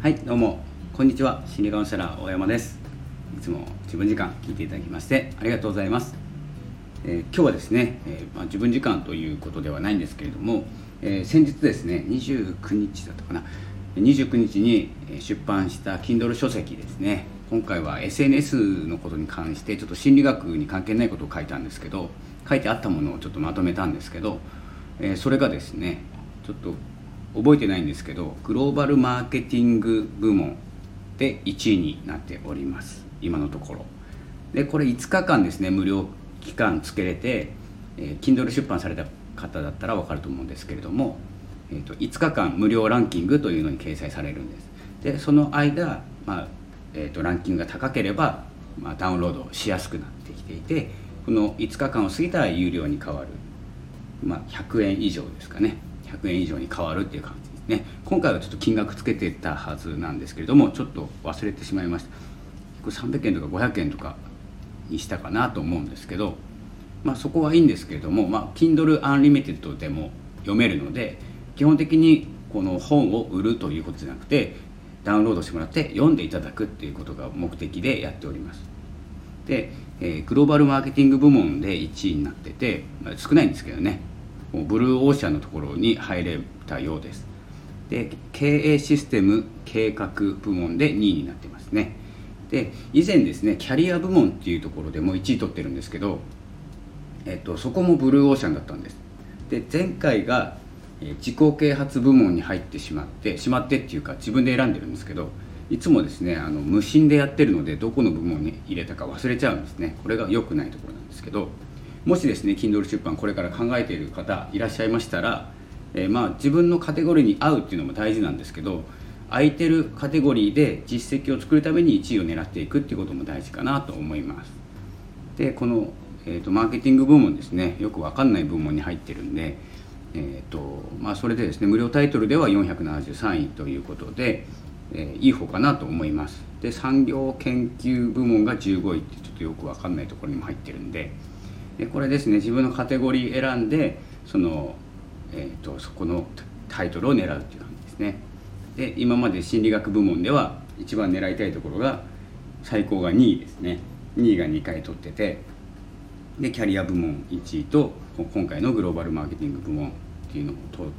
はい、どうもこんにちは。心理カウンセラー大山です。いつも自分時間聞いていただきましてありがとうございます。今日はですね、自分時間ということではないんですけれども、先日ですね29日だったかな、29日に出版した Kindle 書籍ですね。今回は SNS のことに関してちょっと心理学に関係ないことを書いたんですけど、書いてあったものをちょっとまとめたんですけど、それがですね、ちょっと覚えてないんですけど、グローバルマーケティング部門で1位になっております、今のところで。これ5日間ですね、無料期間つけれて、Kindle 出版された方だったら分かると思うんですけれども、5日間無料ランキングというのに掲載されるんです。でその間、ランキングが高ければ、ダウンロードしやすくなってきていて、この5日間を過ぎたら有料に変わる、100円以上ですかね、100円以上に変わるっていう感じですね。今回はちょっと金額つけてたはずなんですけれども、ちょっと忘れてしまいました。これ300円とか500円とかにしたかなと思うんですけど、そこはいいんですけれども、Kindle Unlimited でも読めるので、基本的にこの本を売るということじゃなくて、ダウンロードしてもらって読んでいただくっていうことが目的でやっております。で、グローバルマーケティング部門で1位になってて、少ないんですけどね、ブルーオーシャンのところに入れたようです。で、経営システム計画部門で2位になってますね。で、以前ですね、キャリア部門っていうところでも1位取ってるんですけど、そこもブルーオーシャンだったんです。で、前回が自己啓発部門に入ってしまってっていうか、自分で選んでるんですけど、いつもですね、無心でやってるので、どこの部門に入れたか忘れちゃうんですね。これが良くないところなんですけど、もしですね Kindle 出版これから考えている方いらっしゃいましたら、自分のカテゴリーに合うっていうのも大事なんですけど、空いてるカテゴリーで実績を作るために1位を狙っていくっていうことも大事かなと思います。で、この、マーケティング部門ですね、よく分かんない部門に入ってるんで、それでですね、無料タイトルでは473位ということで、いい方かなと思います。で、産業研究部門が15位ってちょっとよく分かんないところにも入ってるんで、これですね、自分のカテゴリー選んでそこのタイトルを狙うっていう感じですね。で、今まで心理学部門では一番狙いたいところが最高が2位ですね。2位が2回取ってて、でキャリア部門1位と今回のグローバルマーケティング部門っていうのを取って、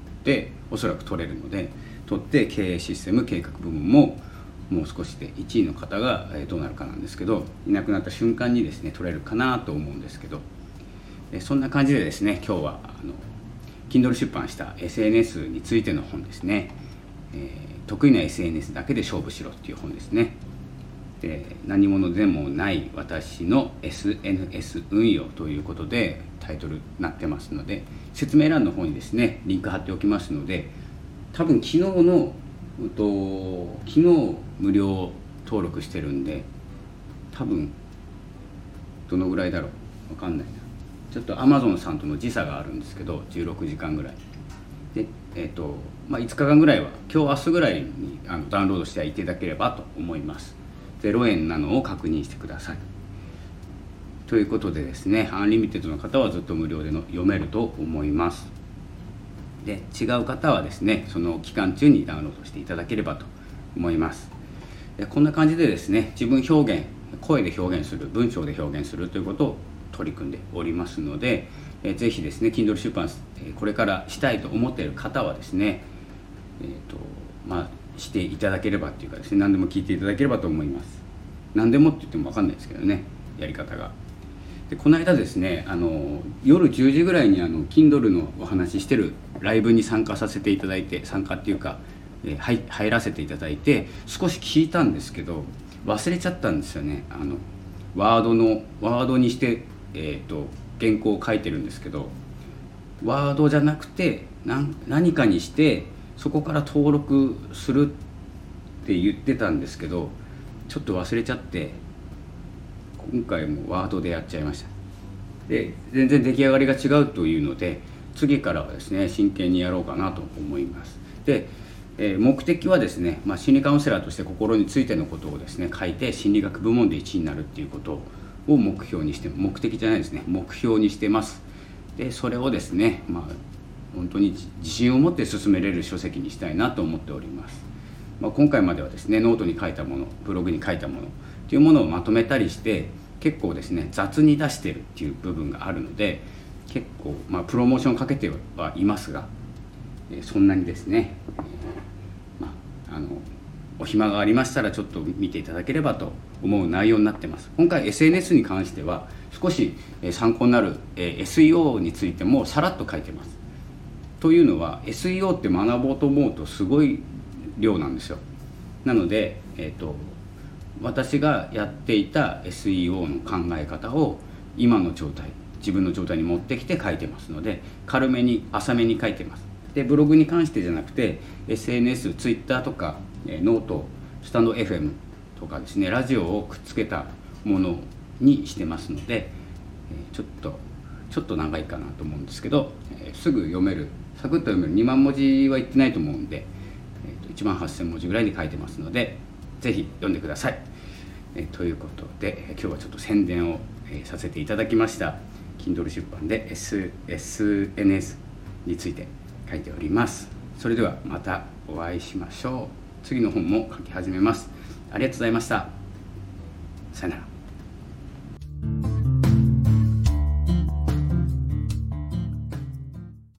おそらく取れるので取って、経営システム計画部門ももう少しで1位の方がどうなるかなんですけど、いなくなった瞬間にですね取れるかなと思うんですけど、そんな感じでですね、今日はKindle 出版した SNS についての本ですね。得意な SNS だけで勝負しろっていう本ですね。で、何者でもない私の SNS 運用ということでタイトルになってますので、説明欄の方にですねリンク貼っておきますので、多分昨日無料登録してるんで、多分どのぐらいだろう、分かんないな。ちょっと Amazon さんとの時差があるんですけど、16時間ぐらいで、5日間ぐらいは今日明日ぐらいにダウンロードしていただければと思います。0円なのを確認してください。ということでですね、アンリミテッドの方はずっと無料で読めると思います。で、違う方はですね、その期間中にダウンロードしていただければと思います。で、こんな感じでですね、自分表現、声で表現する、文章で表現するということを取り組んでおりますので、ぜひですね Kindle 出版これからしたいと思っている方はですね、していただければっていうかですね、何でも聞いていただければと思います。何でもって言っても分かんないですけどね、やり方が。で、この間ですね、夜10時ぐらいにKindle のお話ししてるライブに参加させていただいて、参加っていうか、入らせていただいて少し聞いたんですけど、忘れちゃったんですよね。ワードにして原稿を書いてるんですけど、ワードじゃなくて何かにしてそこから登録するって言ってたんですけど、ちょっと忘れちゃって今回もワードでやっちゃいました。で、全然出来上がりが違うというので、次からはですね真剣にやろうかなと思います。で、目的はですね、心理カウンセラーとして心についてのことをですね書いて、心理学部門で1位になるっていうことを目標にして、目的じゃないですね、目標にしてます。で、それをですね、本当に自信を持って進めれる書籍にしたいなと思っております。 今回まではですねノートに書いたもの、ブログに書いたものというものをまとめたりして結構ですね雑に出してるっていう部分があるので、結構プロモーションかけてはいますが、そんなにですね、お暇がありましたらちょっと見ていただければと思う内容になってます。今回 SNS に関しては少し参考になる SEO についてもさらっと書いてます。というのは SEO って学ぼうと思うとすごい量なんですよ。なので、私がやっていた SEO の考え方を今の状態、自分の状態に持ってきて書いてますので、軽めに浅めに書いてます。でブログに関してじゃなくて SNS、Twitter とかノート、スタンド FM とかですね、ラジオをくっつけたものにしてますので、ちょっと長いかなと思うんですけど、すぐ読める、サクッと読める、2万文字は言ってないと思うんで、1万8000文字ぐらいに書いてますので、ぜひ読んでください。ということで今日はちょっと宣伝をさせていただきました。 Kindle 出版で SNS について書いております。それではまたお会いしましょう。次の本も書き始めます。ありがとうございました。さよなら。